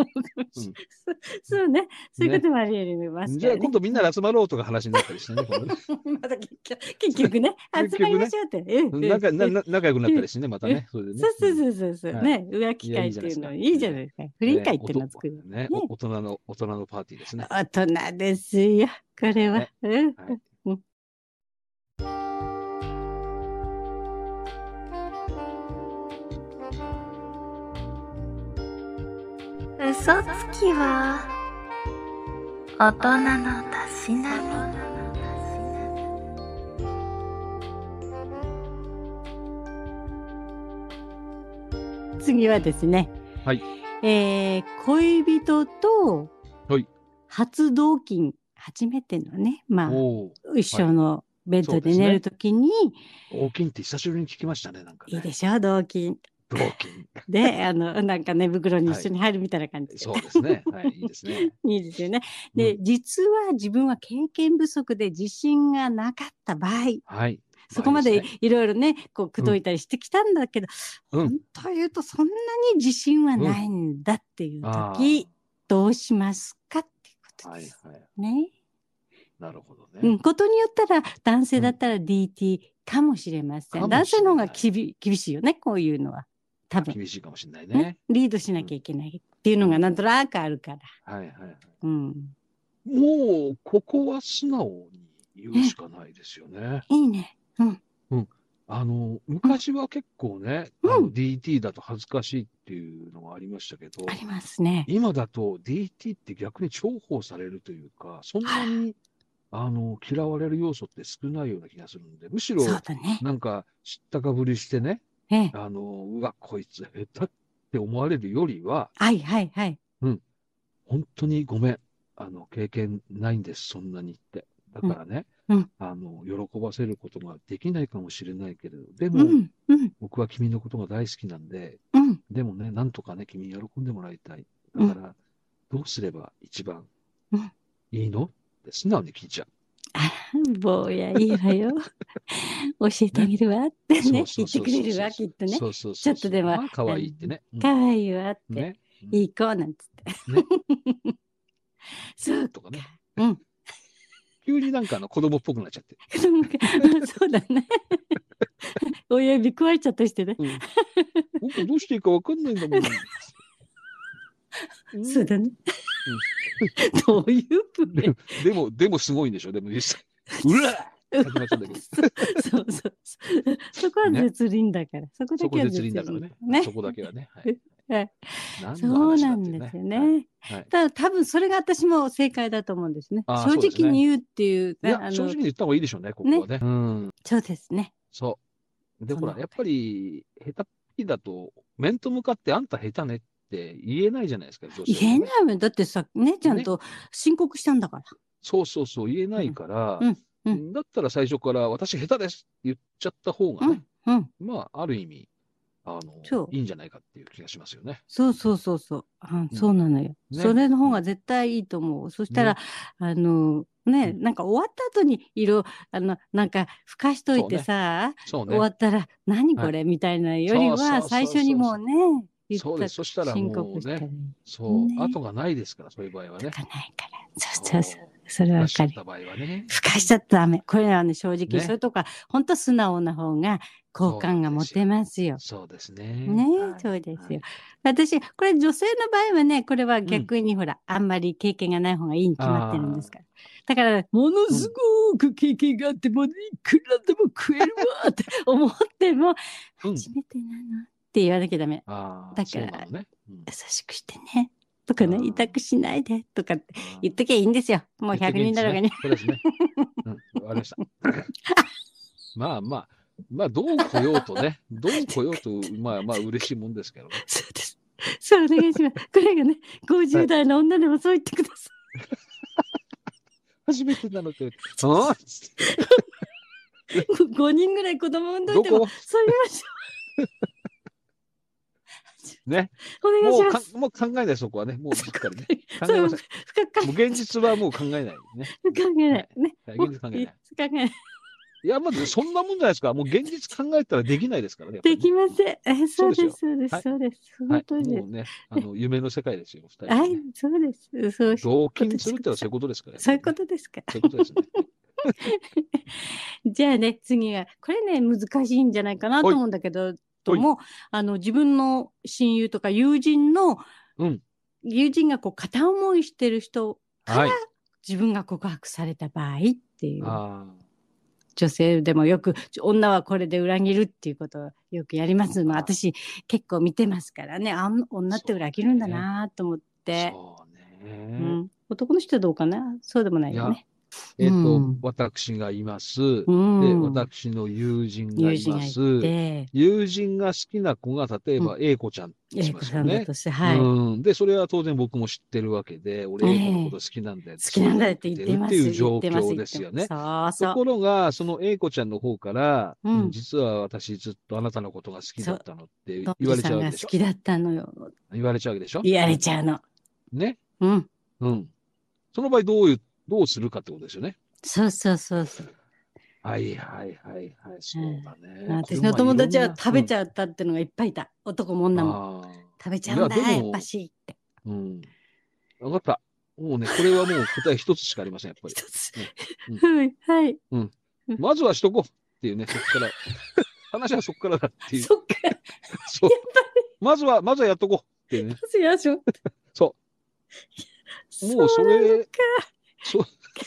そうね。そういうこともあり得ます。 じゃあ今度みんなで集まろうとか話になったりしてね。 まだ結局ね、集まりましょうって。 仲仲良くなったりしてね、またね。 そうそうそうそうそう。ね、浮気会っていうのいいじゃないですか。不倫会っていうのを作る。 ね、大人の、大人のパーティーですね。 大人ですよ、これは。 嘘つきは大人のたしなみ。 次はですね、 はい。 えー、恋人と初同期、初めてのね、まあ、一緒のベッドで寝るときに、 同期って久しぶりに聞きましたね、なんか、ね。 いいでしょ、同期。 同期。 で、あの、なんか寝袋に一緒に入るみたいな感じで。 そうですね。はい、いいですね。 いいですよね。で、うん、実は自分は経験不足で自信がなかった場合、 はい。 そこまでいろいろね、こう、口説いたりしてきたんだけど、うん、本当言うとそんなに自信はないんだっていう時、うん、どうしますかっていうことです。はいはい。ね。 なるほどね。 うん、ことによったら、男性だったら ディーティー かもしれません。うん、男性の方がきび厳しいよね、こういうのは。 多分。 厳しいかもしれないね。 ねリードしなきゃいけないっていうのがなんとなくあるから。 はいはいはい。 うん、 もう、ここは素直に言うしかないですよね。 いいね。うん。 うん。あの、昔は結構ね、 うん、 あの ディーティー だと恥ずかしいっていうのがありましたけど、 ありますね。 今だと ディーティー って逆に重宝されるというか、そんなに、あの、嫌われる要素って少ないような気がするんで、むしろ、なんか、知ったかぶりしてね、ねあの、うわ、こいつ下手って思われるよりは、 はいはいはい。 うん。本当にごめん。あの、経験ないんです、そんなにって。だからね、うん、あの、喜ばせることができないかもしれないけれど、でも、うんうん、僕は君のことが大好きなんで、うん、でもね、なんとかね、君に喜んでもらいたい。だから、どうすれば一番いいのって素直に聞いちゃう。 あ、坊やいいわよ。教えてあげるわってね、言ってくれるわ、きっとね。 そうそうそうちょっとでも、 かわいいってね。 かわいいわって。ね、いい子なんつって。ね、そうとかね。うん。 急になんかあの子供っぽくなっちゃって。 そうだね。親指食われちゃったりしてね。 うん、僕どうしていいかわかんないんだもん。 そうだね。どういうプレイでも、でもすごいんでしょ、でも実際。うわ始まっちゃうんだけど。 そうそうそう。そこは絶倫だから。そこだけは絶倫だからね。そこだけはね。はい。 そうなんですよね。ただ多分それが私も正解だと思うんですね。正直に言うっていう。 いや、正直に言った方がいいでしょうね、ここはね。 そうですね。 そう。で、ほら、やっぱり、下手っぴだと、面と向かってあんた下手ねって言えないじゃないですか、女性。 言えないもん。だってさ、ね、ちゃんと申告したんだから。 そうそうそう、言えないから、だったら最初から私下手ですって言っちゃった方がね、まあ、ある意味、あの、いいんじゃないかっていう気がしますよね。 そうそうそうそう。あ、そうなのよ。それの方が絶対いいと思う。そしたら、あの、ね、なんか終わった後に色、あの、なんか、ふかしといてさ、終わったら、何これみたいなよりは、最初にもうね、 そうです。そしたらもうね、そう、後がないですから、そういう場合はね。 後がないから。そうそうそう。それはわかる。 ふかしちゃった場合はね。 ふかしちゃったらダメ。これはね、正直、それとか、本当素直な方が、好感が持てますよ。 そうですね。 ね、そうですよ。私、これ女性の場合はね、これは逆にほら、あんまり経験がない方がいいに決まってるんですから。だから、ものすごく経験があっても、いくらでも食えるわって思っても、初めてなのって言わなきゃダメ。だから、優しくしてね。とかね、痛くしないでとかって言っときゃいいんですよ。もうひゃくにんだろうがね。 そうですね。うん、わかりました。まあまあ、まあ、どう来ようとね、どう来ようと、まあまあ、嬉しいもんですけどね。 そうです。そう、お願いします。これがね、ごじゅう代の女でもそう言ってください。 初めてなのって。ああごにんぐらい子供産んどいても、そう言いましょう。 ね。 お願いします。 もう考えない、そこはね。もうしっかりね。考えません。もう現実はもう考えないね。 考えない。ね。 現実考えない。 考えない。 いや、まずそんなもんじゃないですか。もう現実考えたらできないですからね。 できません。え、そうです、そうです、そうです。本当に。 もうね、あの、夢の世界ですよ、二人。 はい、そうです。そう。 同金するってのはそういうことですから。 そういうことですか。 そういうことですね。 じゃあね、次は、これね、難しいんじゃないかなと思うんだけど、とも、あの、自分の親友とか友人の、友人がこう、片思いしてる人から自分が告白された場合っていう。女性でもよく、女はこれで裏切るっていうことをよくやります。まあ、私結構見てますからね。あん女って裏切るんだなと思って。 そうね。 うん。男の人はどうかな？そうでもないよね。 えっと、私がいます。で、私の友人がいます。友人が好きな子が、例えば、A 子ちゃんってしますよね。で、それは当然僕も知ってるわけで、俺 A 子のこと好きなんだよ。 好きなんだよって言ってます。 っていう状況ですよね。ところが、その A 子ちゃんの方から、実は私ずっとあなたのことが好きだったのって言われちゃうわけでしょ。 好きだったのよ。 言われちゃうわけでしょ。 言われちゃうの。 ね。 うん。 うん。その場合、どういう、どうするかってことですよね。 そうそうそうそう。 はいはいはいはい、そうだね。 私の友達は食べちゃったってのがいっぱいいた。男も女も。食べちゃうんだ、やっぱしって。 うん。わかった。もうね、これはもう答え一つしかありません、やっぱり。 一つ。はい、はい。 うん。まずはしとこうっていうね、そこから。話はそこからだっていう。 そっか。 そう。 まずは、まずはやっとこうってね。 まずやっしょ。 そう。もうそれ、 そう。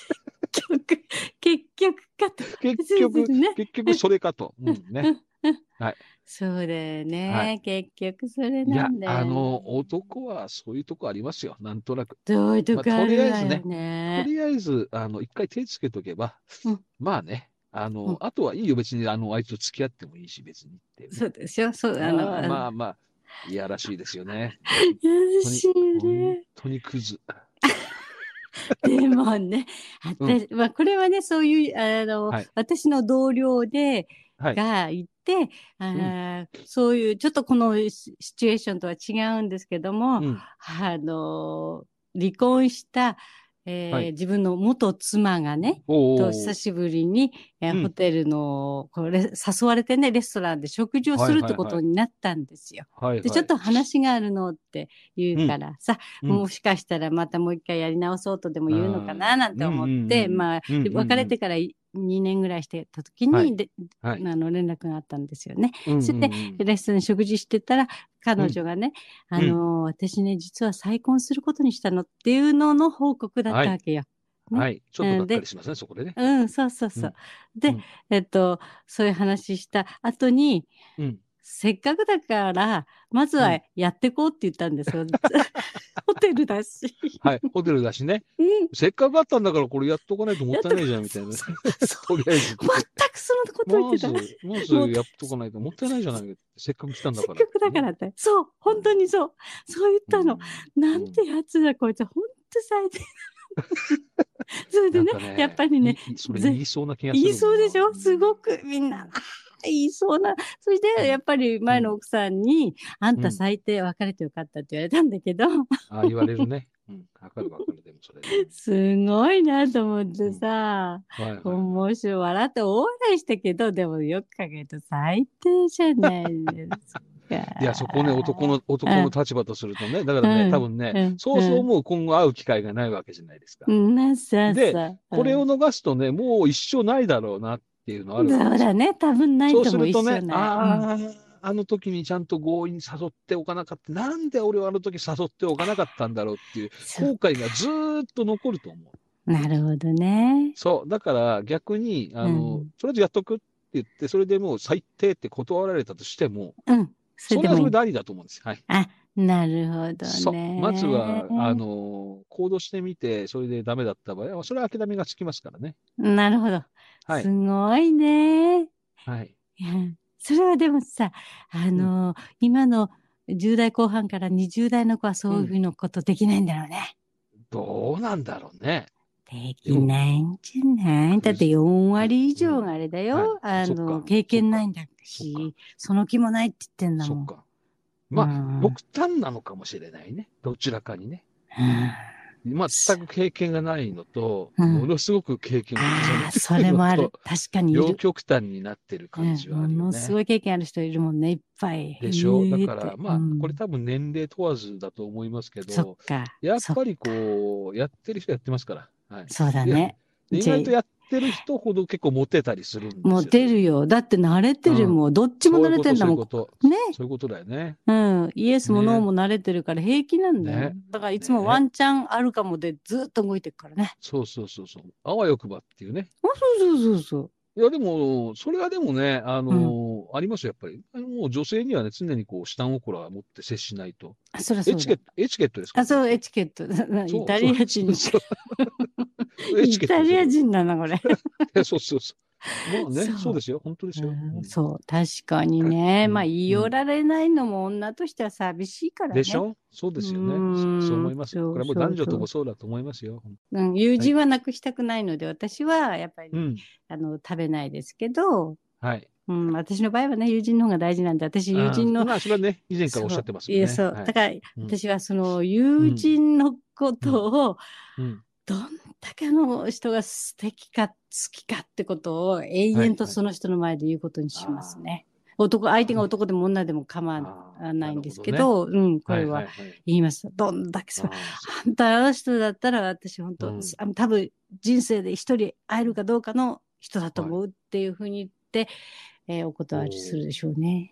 結局かと。 結局、ね、結局それかと。うんね。はい。 そうだよね、はい。結局それなんだよ、ね。 いや、あの、男はそういうとこありますよ。なんとなく。 どういうとこあるわよね。 まあ、とりあえずね。とりあえず、あの、一回手つけとけば、うん、まあね。あの、うん、あとはいいよ。別に、あの、あいつと付き合ってもいいし、別にって、ね。 そうでしょ。そう、 あの、まあまあまあ、いやらしいですよね。 いやらしいね。 本当にクズ。 でもね、私、うん、まあ、これはね、そういう、あの、はい、私の同僚で、はい、がいて、あ、うん、そういう、ちょっとこのシチュエーションとは違うんですけども、うん、あの、離婚した、えーはい、自分の元妻がね、と久しぶりに、えーうん、ホテルのこれ誘われてね、レストランで食事をするってことになったんですよ。はいはいはい、で、ちょっと話があるのって言うからさ、うん、もしかしたらまたもう一回やり直そうとでも言うのかななんて思って、まあ、別れてからにねんぐらいしてた時に、はいはい、あの連絡があったんですよね。うんうんうん、そしてレストランで食事してたら彼女がね、うん、あの私ね実は再婚することにしたのっていうのの報告だったわけよ。 はい、ねはい、ちょっとがっかりしますね、そこでね。 うん、そうそうそう。うん、で、うん、えっとそういう話した後に、うん、せっかくだからまずはやってこうって言ったんですよ。うん、ホテルだし。 はい、ホテルだしね。うん、せっかくあったんだからこれやっとかないともったいないじゃんみたいな。とりあえず。 全くそのこと言ってた。 まず、まずやっとかないともったいないじゃない。せっかく来たんだから。 せっかくだからって。そう、本当にそう。そう言ったの。うん、なんてやつだこいつ、本当最低。それでね、ねやっぱりね、 それ言いそうな気がする。 言いそうでしょすごくみんな。言いそうな。それで、やっぱり前の奥さんに、うん、あんた最低別れてよかったって言われたんだけど。うん、 ああ、言われるね。うん、わかるわかる。でもそれ、ね。 すごいなと思ってさ、うんはいはいはい、面白い。笑って大笑いしたけど、でもよく考えると最低じゃないですか。 いや、そこね、男の、男の立場とするとね、だからね、うん、多分ね、うん、そうそうもう今後会う機会がないわけじゃないですか。 うん、さで、 さこれを逃すとね、もう一生ないだろうなっていうのあるわけですよ。 そうだね、多分ないとも一生ない。そうするとね、 ああ、うん、あの時にちゃんと強引に誘っておかなかった、なんで俺はあの時誘っておかなかったんだろうっていう後悔がずーっと残ると思う。 なるほどね。 そう、だから逆に、あの、うん、とりあえずやっとくって言って、それでもう最低って断られたとしても、うん、それはそれでありだと思うんですよ。はい。 あ、なるほどね。そう。 まずは、あの、行動してみて、それでダメだった場合は、それは諦めがつきますからね。 なるほど。はい、すごいね。 はい。 いや、それはでもさ、あの、うん、今のじゅう代後半からにじゅう代の子はそういうふうなことできないんだろうね。 うん、どうなんだろうね。 できないんじゃないだってよん割以上があれだよ。うんはい、あの、経験ないんだし、その気もないって言ってんだもん。 そっか。まあ、うん、極端なのかもしれないね。どちらかにね。うん、全く経験がないのと、うん、ものすごく経験が重ねてるのと、 それもある。確かにいる。 両極端になってる感じはあるよね。 ものすごい経験ある人いるもんね、いっぱい。 でしょだから、まあ、うん、これ多分年齢問わずだと思いますけど、 そっかやっぱりこう、やってる人やってますから。はい、 そうだね。 意外とやってる人ほど結構モテたりするんですよ。 モテるよ。だって慣れてるもん。うん、どっちも慣れてんだもん。 そういうこと、そういうこと。ね。そういうことだよね。 うん。イエスもノーも慣れてるから平気なんだよ。ね、だからいつもワンチャンあるかもでずっと動いてるからね。 そうそうそうそう。あわよくばっていうね。 そうそうそうそう。 いや、でも、それはでもね、あの、うん、ありますよ、やっぱり。もう女性にはね、常にこう、下心は持って接しないと。 あ、そりゃそうだ。 エチケット、エチケットですか？ あ、そう、エチケット。イタリア人。イタリア人だな、これ。 そうそうそう。まあね、そう、そうですよ、本当ですよ。 うん、そう、確かにね。うん、まあ、言い寄られないのも女としては寂しいからね。 でしょ？そうですよね。うそう思います。これはもう男女ともそうだと思いますよ。 うん、友人はなくしたくないので、はい、私はやっぱり、うん、あの食べないですけど、 はい。 うん、私の場合はね、友人の方が大事なんで、私、友人の。 まあ、それはね、以前からおっしゃってますよね。 いや、そう。はい、だから、私はその友人のことを、うんうん、どんだけの人が素敵か好きかってことを永遠とその人の前で言うことにしますね。はいはい、男、相手が男でも女でも構わないんですけど、どね、うん、これは言います。はいはいはい、どんだけそう。あんたあの人だったら私本当、うん、多分人生で一人会えるかどうかの人だと思うっていうふうに言って、えー、お断りするでしょうね。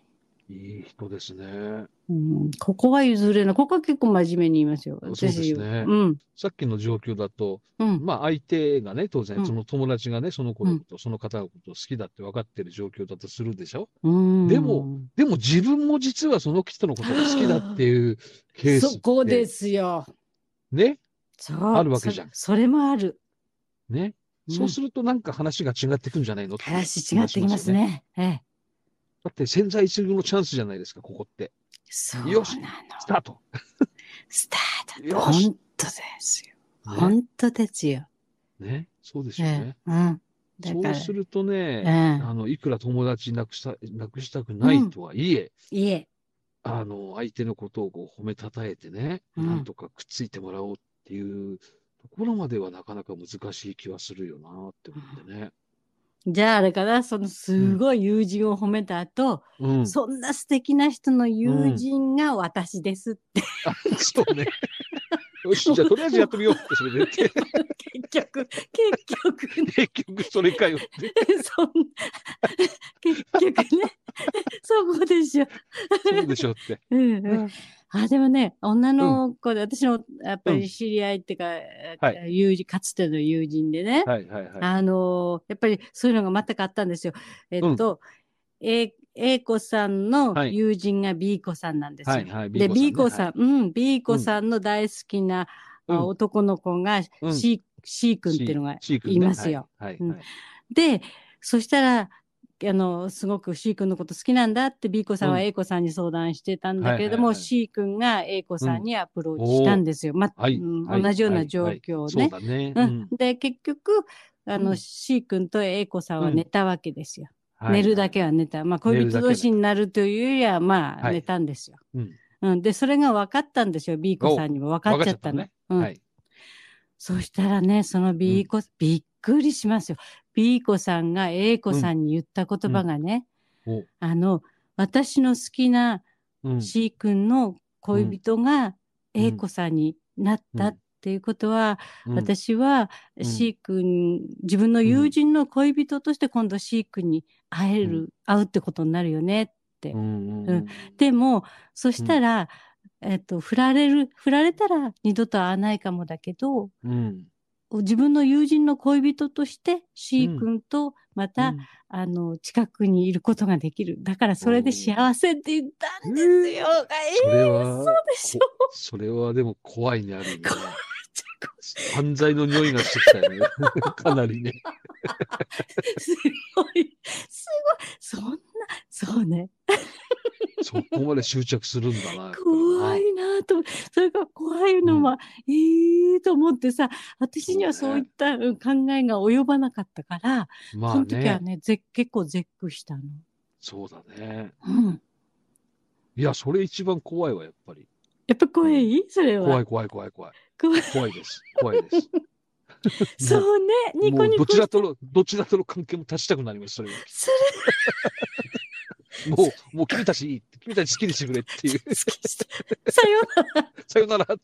いい人ですね。 うん、ここは譲れない。ここは結構真面目に言いますよ。 そうですね。 うん。 さっきの状況だと、 うん。 まあ相手がね、当然、 うんその友達がね、その子うんのこと、その方のことを好きだって分かってる状況だとするでしょ。 うんでも、でも自分も実はその人のことが好きだっていうケースって。 そこですよ。 ね。 そう。 あるわけじゃん。 そ、それもある。 ね。 うんそうするとなんか話が違ってくんじゃないのって気が話しますよね。 違ってきますね。ええ。 だって千載一遇のチャンスじゃないですか、ここって。 そうなの。 よし、スタート。 スタート。 よし。 本当ですよ。本当ですよ。 ね。そうですよね。 ええ、うん。 そうするとね、 ええ、 あの、いくら友達なくした、なくしたくないとはいえ、 うん、いえ。 あの、相手のことをこう褒めたたえてね、うん、なんとかくっついてもらおうっていうところまではなかなか難しい気はするよなって思ってね。 じゃああれかな、そのすごい友人を褒めた後、うん、そんな素敵な人の友人が私ですって。 うん、あ、そうね。よし、じゃあとりあえずやってみようって、それで。 結局、結局、 ね、結局それかよって。 そん結局ね、そこでしょ。 そうでしょって。 うんうん、あ、でもね、女の子で、うん、私のやっぱり知り合いっていうか、うん、友人、かつての友人でね、はいはいはい、あのー、やっぱりそういうのが全くあったんですよ。えっと、うん、A, A 子さんの友人が B 子さんなんですよ。はいはいはい、で、B 子さん、うん、B 子さんの大好きな、うん、男の子が C、うん、C 君っていうのがいますよ。で、そしたら、あの、すごく C 君のこと好きなんだって B 子さんは A 子さんに相談してたんだけれども、うん、C 君が A 子さんにアプローチしたんですよ。うん、ま、はい、うん、同じような状況ね。はいはいはい、ね、うん。で、結局、あの、うん、C 君と A 子さんは寝たわけですよ。うん、寝るだけは寝た。まあ、恋人同士になるというよりは、まあ、寝たんですよ。はい、うん。で、それが分かったんですよ。B 子さんにも分かっちゃったの。うん、はい。そしたらね、その B 子、うん、びっくりしますよ。B 子さんが A 子さんに言った言葉がね、うんうん、あの、私の好きな C 君の恋人が A 子さんになったっていうことは、うん、私は C 君、自分の友人の恋人として今度 C 君に会える、うん、会うってことになるよねって。うんうん、でも、そしたら、えっと、振られる、振られたら二度と会わないかもだけど、うん、自分の友人の恋人として C 君とまた、うん、あの、近くにいることができる。だからそれで幸せって言ったんですよ。えー、えー、そうでしょ。 それはでも怖いね、ある意味ね。犯罪の匂いがしてきたよね。かなりね。 すごい、すごい、そんな、そうね。 そこまで執着するんだな。 怖いなと。それから怖いのは、うん、ええと思ってさ、私にはそういった考えが及ばなかったから、まあね、その時はね、ぜ結構絶句したの。 そうだね。 うん。 いや、それ一番怖いわ、やっぱり。 やっぱ怖い、うん、それは。 怖い怖い怖い怖い。怖い怖いです。怖いです。 そうね、ニコニコどちらとの、どちらとの関係も断ちたくなります、それは。 それもう、もう君たちいい、君たち好きにしてくれっていう。 さよなら。 さよならって。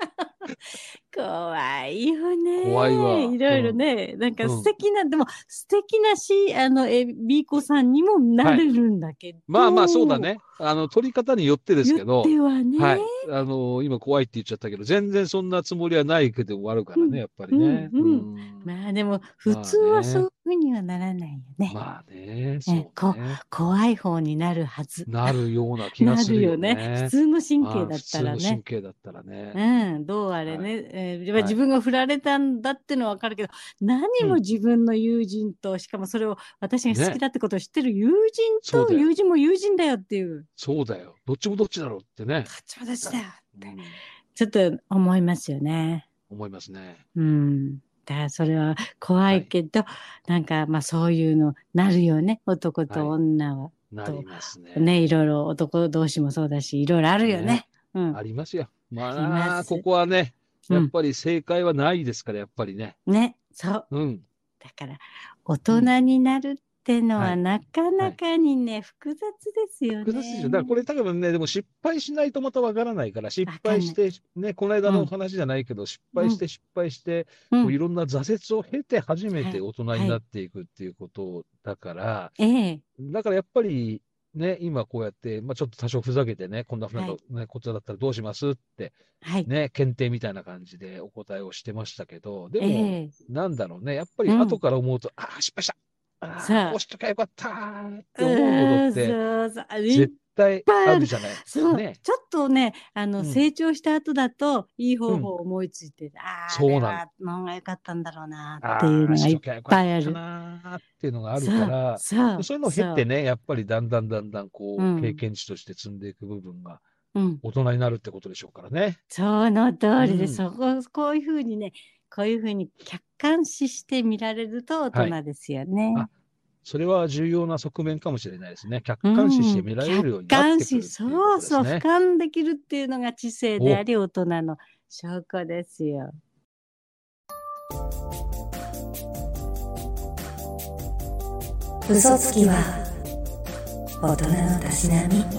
怖いよね。 怖いわ。 いろいろね、うん、なんか素敵な、うん、でも素敵なし、あの、え、B 子さんにもなれるんだけど、はい。 まあまあそうだね。あの、取り方によってですけど。 よってはね。 はい。あの、今怖いって言っちゃったけど、全然そんなつもりはないけどあるからね、やっぱりね。 うん。うんうん、まあでも、普通はそういうふうにはならないよね。 まあね。そうねこ怖い方になるはず。 なるような気がするよね。 なるよね。普通の神経だったらね。 普通の神経だったらね。 うん。どうあれね。はい、えー、自分が振られたんだってのはわかるけど、何も自分の友人と、うん、しかもそれを私が好きだってことを知ってる友人と、ね、友人も友人だよっていう。 そうだよ。どっちもどっちだろうってね。 どっちもどっちだよって。うん、ちょっと思いますよね。 思いますね。 うん。だからそれは怖いけど、はい、なんかまあそういうのなるよね。男と女は。はい、 なりますね。 ね、いろいろ男同士もそうだし、いろいろあるよね。ね、 うん、ありますよ。まあ、ここはね、やっぱり正解はないですから、やっぱりね。 ね、そう。 うん。 だから、大人になるってのは、なかなかにね、はい、複雑ですよね。 複雑ですよ。だからこれ多分ね、でも失敗しないとまたわからないから、失敗して、ね、この間の話じゃないけど、うん、失敗して失敗して、うん、こういろんな挫折を経て初めて大人になっていくっていうことだから、 はいはい、 だからやっぱり、 ね、今こうやって、まあ、ちょっと多少ふざけてね、こんなふうな、はいね、ことだったらどうしますって、はい、ね、検定みたいな感じでお答えをしてましたけど、でも、えー、なんだろうね、やっぱり後から思うと、うん、ああ、失敗した、ああ、こうしときゃよかったって思うことって、そうそう絶対あるじゃないですか、ね。 ちょっとね、あの、うん、成長した後だと、いい方法を思いついて、うん、ああ、そうなんのが良かったんだろうなっていうのがいっぱいある。 っていうのがあるから、そうそういうのを経てね、やっぱりだんだんだんだんこう、うん、経験値として積んでいく部分が、大人になるってことでしょうからね。 その通りで、うん、そこ、こういうふうにね、こういうふうに客観視して見られると大人ですよね。はい、 それは重要な側面かもしれないですね。客観視して見られるようになってくるっていうことですね。客観視、そうそう、俯瞰できるっていうのが知性であり、大人の証拠ですよ。 嘘つきは大人のたしなみ。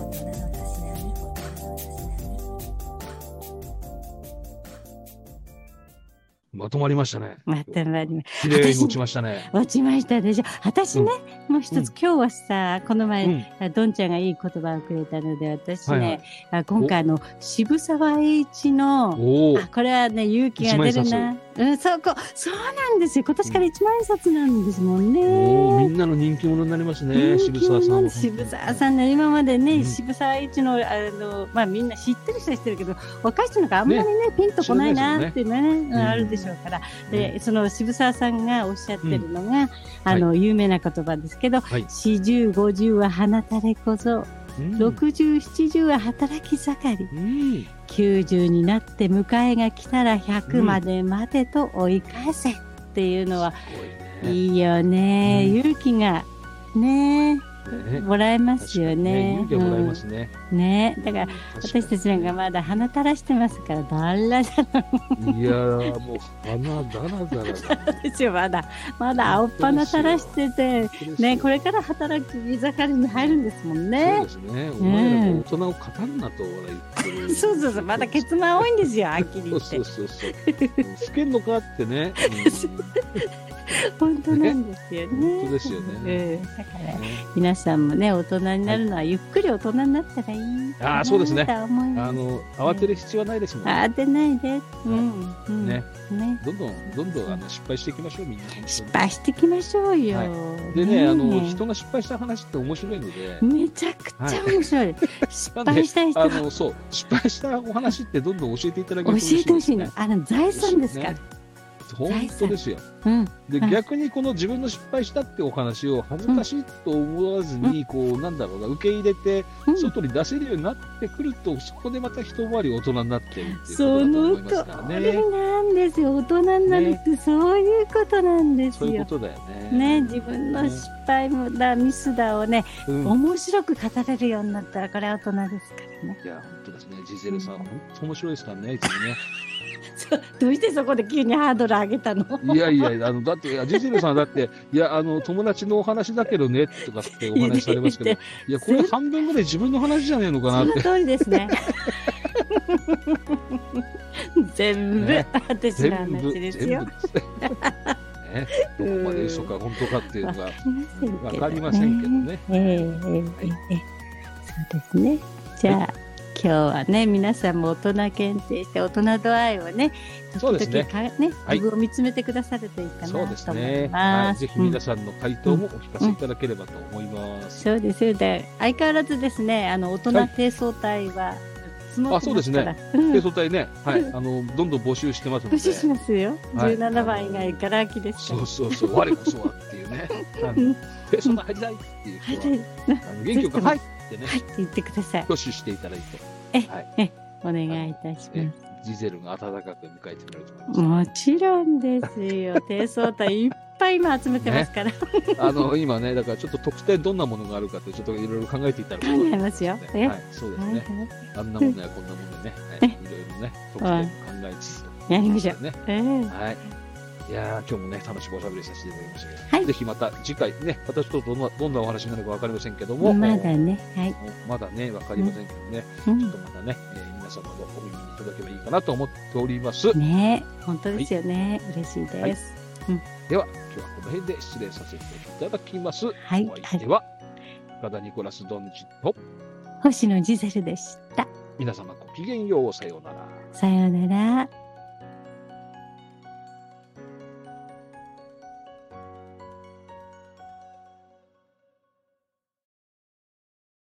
まとまりましたね。 まとまりました。綺麗に落ちましたね。 落ちましたでしょ。私ね、うん、もう一つ、うん、今日はさ、この前、うん、どんちゃんがいい言葉をくれたので、私ね、はいはい、今回の渋沢栄一の、あ、これはね、勇気が出るな。うん、そう、こそうなんですよ。今年から一万円札なんですもんね。 おみんなの人気者になりますね、渋沢さん。 渋沢さんね、今までね、うん、渋沢栄一の、あの、まあみんな知ってる人は知ってるけど、若い人なんかあんまりね、ねピンとこないなっていうのはね、ねうん、あるでしょうから。で、その渋沢さんがおっしゃってるのが、うん、あの、はい、有名な言葉ですけど、はい、四十五十は放たれこぞ。六十七十は働き盛り、うん、きゅうじゅうになって迎えが来たらひゃくまで待てと追い返せっていうのは、うん、いいよね、うん、勇気がねね、もらえますよね。 勇気をもらえますね。 うん、ね、だから私たちなんかまだ鼻垂らしてますから、だらだら。 いやー、もう鼻だらだらだ。 ですよ、まだまだ青っ鼻垂らしてて、ね、これから働き盛りに入るんですもんね。 そうですね。お前らも大人を語るなと言ってる。 そうそうそう、まだケツマ多いんですよ、はっきり言って。 そうそうそう。つけんのかってね。 本当なんですよね。 本当ですよね。 うん、だから皆さんもね、大人になるのはゆっくり大人になったらいいかな。 あ、そうですね。あの慌てる必要はないですもんね。 慌てないで。うん。 ね。ね。どんどんどんどんあの失敗していきましょう、みんな。 失敗していきましょうよ。 でね、あの人が失敗した話って面白いので。 めちゃくちゃ面白い。失敗した人。 あのそう失敗したお話ってどんどん教えていただけると教えてほしいの。あの財産ですから。 本当ですよ。うん、で、うん、逆にこの自分の失敗したってお話を恥ずかしいと思わずに、うん、こうなんだろうな、受け入れて、うん、外に出せるようになってくると、そこでまた一回り大人になってるっていうことだと思いますからね。 その通りなんですよ。大人になるってそういうことなんですよ。 そういうことだよね。 ね、自分の失敗もだ、ミスだをね、うん、面白く語れるようになったら、これは大人ですからね。 いや、本当ですね。ジゼルさん、本当面白いですからね、いつもね。 どうしてそこで急にハードル上げたの？ いやいや、あのだってジゼルさんだっていやあの友達のお話だけどねとかってお話しされますけど、いやこれ半分ぐらい自分の話じゃねえのかなって。 その通りですね。全部、ね、私の話ですよ。 ね、どこまで嘘か本当かっていうのがわかりませんけどね。えーえーはい、 そうですね。じゃあ。はい今日はね、皆さんも大人検定して大人度合いをね、時々かね、ね、はい、自分を見つめてくださるといいかなと思います。そうですね。はい、 ぜひ皆さんの回答もお聞かせいただければと思います。 うんうん、そうですよ。で、相変わらずですね、あの大人低層体は、はいあ、そうですね。低層体ね、はい、あのどんどん募集してますので。 募集しますよ。十七番以外から空きですから。 そうそうそう、我こそはっていうね。低層体入りたいっていう人は、あの元気よくはいってね。 はいって言ってください。 挙手していただいて。 え、はい、え、お願いいたします。 ジゼルが温かく迎えてくれると思います。 もちろんですよ。低層体いっぱい今集めてますから。ね、 あの今ね、だからちょっと特典どんなものがあるかってちょっといろいろ考えていただ考えますよ。 え、はい、そうですね。あんなものやこんなものね、はい、いろいろね、特典も考えつつやりましょうね。 はい。いや今日もね楽しくおしゃべりさせていただきましたけど、はい、ぜひまた次回ね、私とどんなどんなお話になるかわかりませんけども、 まだね、はい、 まだねわかりませんけどね、うん、ちょっとまたね、えー、皆様のお耳に届けばいいかなと思っております。 ね、本当ですよね、はい、嬉しいです。はいうん、では今日はこの辺で失礼させていただきます。はい、お相手は、 岡田ニコラス・ドンジと星野ジゼルでした。 皆様ごきげんよう。さようなら。 さようなら。